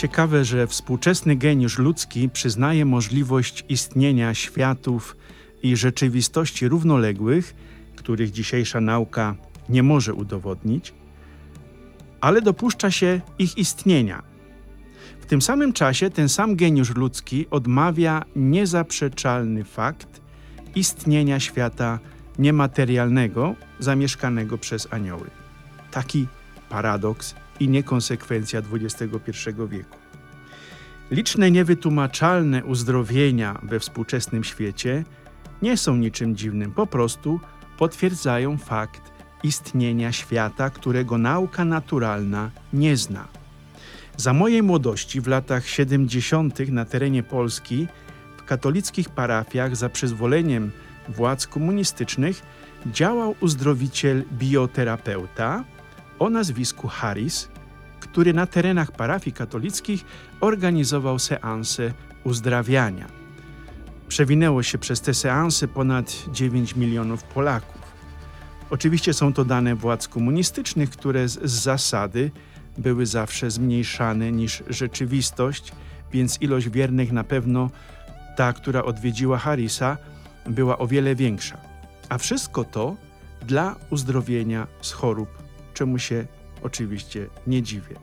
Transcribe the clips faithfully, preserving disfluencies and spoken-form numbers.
Ciekawe, że współczesny geniusz ludzki przyznaje możliwość istnienia światów i rzeczywistości równoległych, których dzisiejsza nauka nie może udowodnić, ale dopuszcza się ich istnienia. W tym samym czasie ten sam geniusz ludzki odmawia niezaprzeczalny fakt istnienia świata niematerialnego, zamieszkanego przez anioły. Taki paradoks i niekonsekwencja dwudziestego pierwszego wieku. Liczne niewytłumaczalne uzdrowienia we współczesnym świecie nie są niczym dziwnym, po prostu potwierdzają fakt istnienia świata, którego nauka naturalna nie zna. Za mojej młodości w latach siedemdziesiątych na terenie Polski w katolickich parafiach za przyzwoleniem władz komunistycznych działał uzdrowiciel bioterapeuta o nazwisku Harris, który na terenach parafii katolickich organizował seanse uzdrawiania. Przewinęło się przez te seanse ponad dziewięć milionów Polaków. Oczywiście są to dane władz komunistycznych, które z, z zasady były zawsze zmniejszane niż rzeczywistość, więc ilość wiernych na pewno ta, która odwiedziła Harrisa, była o wiele większa. A wszystko to dla uzdrowienia z chorób, czemu się oczywiście nie dziwię.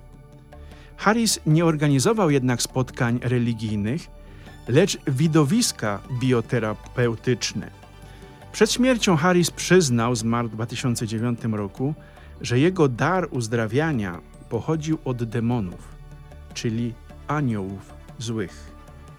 Harris nie organizował jednak spotkań religijnych, lecz widowiska bioterapeutyczne. Przed śmiercią Harris przyznał, zmarł w dwa tysiące dziewiątym roku, że jego dar uzdrawiania pochodził od demonów, czyli aniołów złych.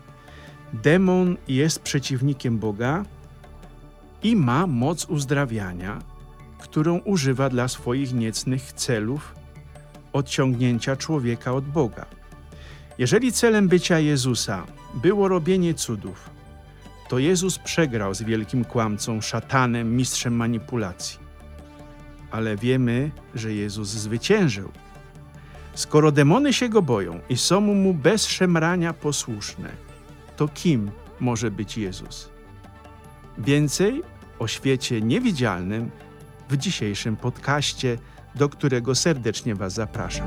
Demon jest przeciwnikiem Boga i ma moc uzdrawiania, którą używa dla swoich niecnych celów odciągnięcia człowieka od Boga. Jeżeli celem bycia Jezusa było robienie cudów, to Jezus przegrał z wielkim kłamcą, szatanem, mistrzem manipulacji. Ale wiemy, że Jezus zwyciężył. Skoro demony się Go boją i są Mu bez szemrania posłuszne, to kim może być Jezus? Więcej o świecie niewidzialnym w dzisiejszym podcaście, do którego serdecznie Was zapraszam.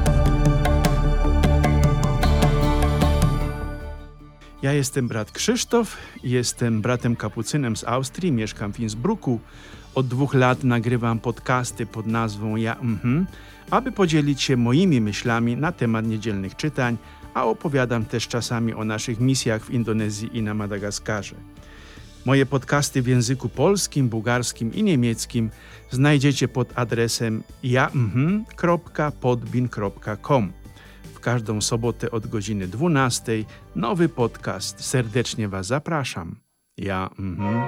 Ja jestem brat Krzysztof, jestem bratem kapucynem z Austrii, mieszkam w Innsbrucku. Od dwóch lat nagrywam podcasty pod nazwą Ja mhm, aby podzielić się moimi myślami na temat niedzielnych czytań, a opowiadam też czasami o naszych misjach w Indonezji i na Madagaskarze. Moje podcasty w języku polskim, bułgarskim i niemieckim znajdziecie pod adresem ja mhm kropka podbean kropka com. W każdą sobotę od godziny dwunastej nowy podcast. Serdecznie Was zapraszam. Ja mhm.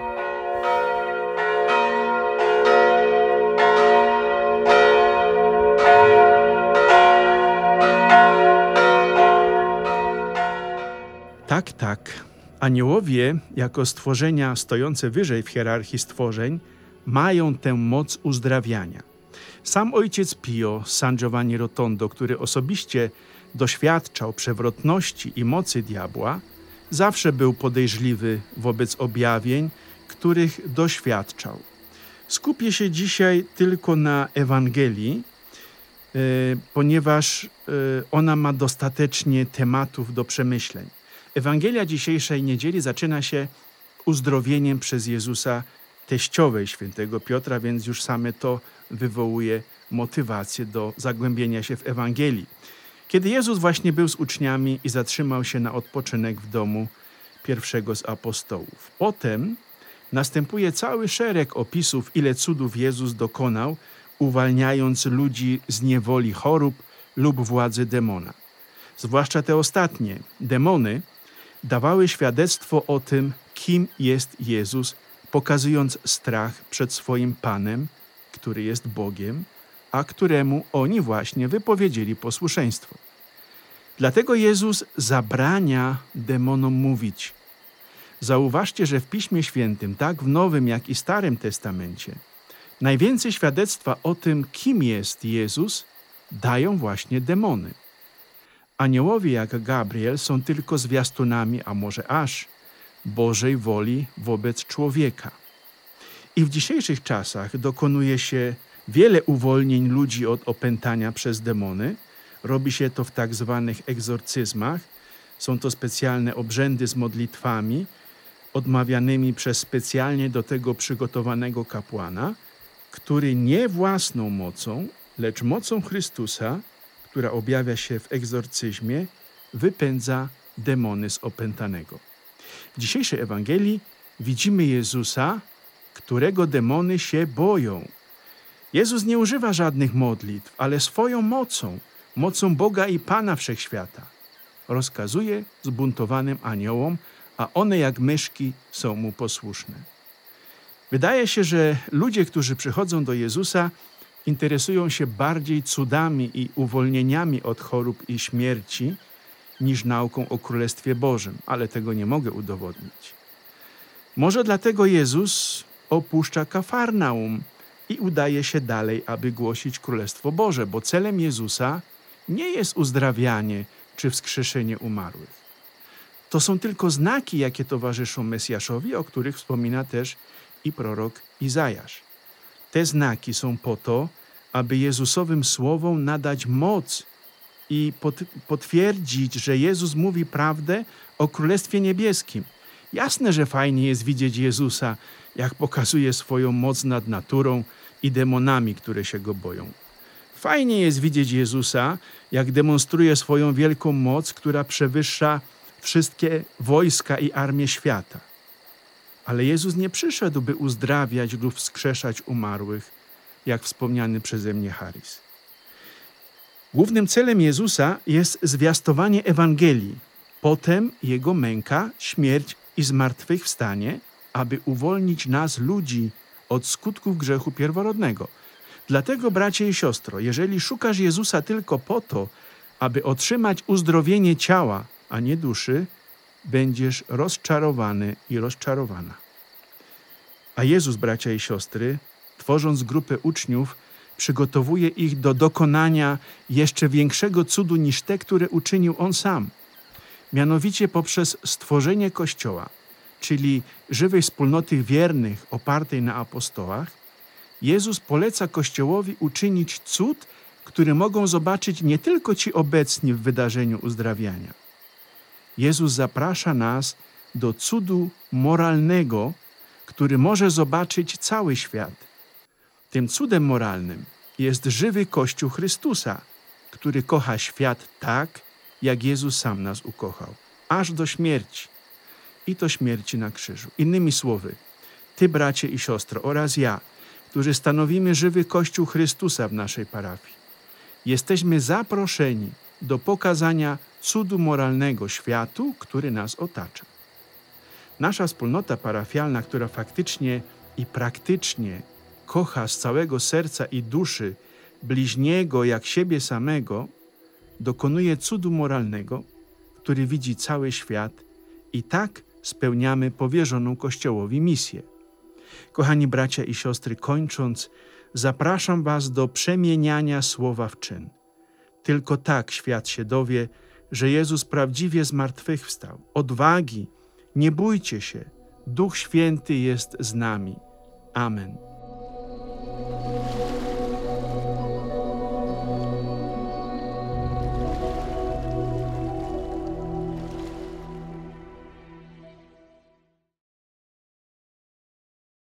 Tak, tak. Aniołowie, jako stworzenia stojące wyżej w hierarchii stworzeń, mają tę moc uzdrawiania. Sam ojciec Pio San Giovanni Rotondo, który osobiście doświadczał przewrotności i mocy diabła, zawsze był podejrzliwy wobec objawień, których doświadczał. Skupię się dzisiaj tylko na Ewangelii, yy, ponieważ yy, ona ma dostatecznie tematów do przemyśleń. Ewangelia dzisiejszej niedzieli zaczyna się uzdrowieniem przez Jezusa teściowej świętego Piotra, więc już same to wywołuje motywację do zagłębienia się w Ewangelii. Kiedy Jezus właśnie był z uczniami i zatrzymał się na odpoczynek w domu pierwszego z apostołów. Potem następuje cały szereg opisów, ile cudów Jezus dokonał, uwalniając ludzi z niewoli chorób lub władzy demona. Zwłaszcza te ostatnie, demony, dawały świadectwo o tym, kim jest Jezus, pokazując strach przed swoim Panem, który jest Bogiem, a któremu oni właśnie wypowiedzieli posłuszeństwo. Dlatego Jezus zabrania demonom mówić. Zauważcie, że w Piśmie Świętym, tak w Nowym, jak i Starym Testamencie, najwięcej świadectwa o tym, kim jest Jezus, dają właśnie demony. Aniołowie jak Gabriel są tylko zwiastunami, a może aż, Bożej woli wobec człowieka. I w dzisiejszych czasach dokonuje się wiele uwolnień ludzi od opętania przez demony, Robi się to w tak zwanych egzorcyzmach. Są to specjalne obrzędy z modlitwami odmawianymi przez specjalnie do tego przygotowanego kapłana, który nie własną mocą, lecz mocą Chrystusa, która objawia się w egzorcyzmie, wypędza demony z opętanego. W dzisiejszej Ewangelii widzimy Jezusa, którego demony się boją. Jezus nie używa żadnych modlitw, ale swoją mocą, mocą Boga i Pana Wszechświata, rozkazuje zbuntowanym aniołom, a one jak myszki są mu posłuszne. Wydaje się, że ludzie, którzy przychodzą do Jezusa, interesują się bardziej cudami i uwolnieniami od chorób i śmierci niż nauką o Królestwie Bożym, ale tego nie mogę udowodnić. Może dlatego Jezus opuszcza Kafarnaum i udaje się dalej, aby głosić Królestwo Boże, bo celem Jezusa nie jest uzdrawianie czy wskrzeszenie umarłych. To są tylko znaki, jakie towarzyszą Mesjaszowi, o których wspomina też i prorok Izajasz. Te znaki są po to, aby Jezusowym słowom nadać moc i pot potwierdzić, że Jezus mówi prawdę o Królestwie Niebieskim. Jasne, że fajnie jest widzieć Jezusa, jak pokazuje swoją moc nad naturą i demonami, które się Go boją. Fajnie jest widzieć Jezusa, jak demonstruje swoją wielką moc, która przewyższa wszystkie wojska i armie świata. Ale Jezus nie przyszedł, by uzdrawiać lub wskrzeszać umarłych, jak wspomniany przeze mnie Harris. Głównym celem Jezusa jest zwiastowanie Ewangelii, potem Jego męka, śmierć i zmartwychwstanie, aby uwolnić nas, ludzi, od skutków grzechu pierworodnego. Dlatego, bracie i siostro, jeżeli szukasz Jezusa tylko po to, aby otrzymać uzdrowienie ciała, a nie duszy, będziesz rozczarowany i rozczarowana. A Jezus, bracia i siostry, tworząc grupę uczniów, przygotowuje ich do dokonania jeszcze większego cudu niż te, które uczynił On sam. Mianowicie poprzez stworzenie Kościoła, czyli żywej wspólnoty wiernych opartej na apostołach, Jezus poleca Kościołowi uczynić cud, który mogą zobaczyć nie tylko ci obecni w wydarzeniu uzdrawiania. Jezus zaprasza nas do cudu moralnego, który może zobaczyć cały świat. Tym cudem moralnym jest żywy Kościół Chrystusa, który kocha świat tak, jak Jezus sam nas ukochał, aż do śmierci. I to śmierci na krzyżu. Innymi słowy, ty, bracie i siostro, oraz ja, którzy stanowimy żywy Kościół Chrystusa w naszej parafii, jesteśmy zaproszeni do pokazania cudu moralnego światu, który nas otacza. Nasza wspólnota parafialna, która faktycznie i praktycznie kocha z całego serca i duszy bliźniego jak siebie samego, dokonuje cudu moralnego, który widzi cały świat i tak spełniamy powierzoną Kościołowi misję. Kochani bracia i siostry, kończąc, zapraszam was do przemieniania słowa w czyn. Tylko tak świat się dowie, że Jezus prawdziwie zmartwychwstał. Odwagi, nie bójcie się, Duch Święty jest z nami. Amen.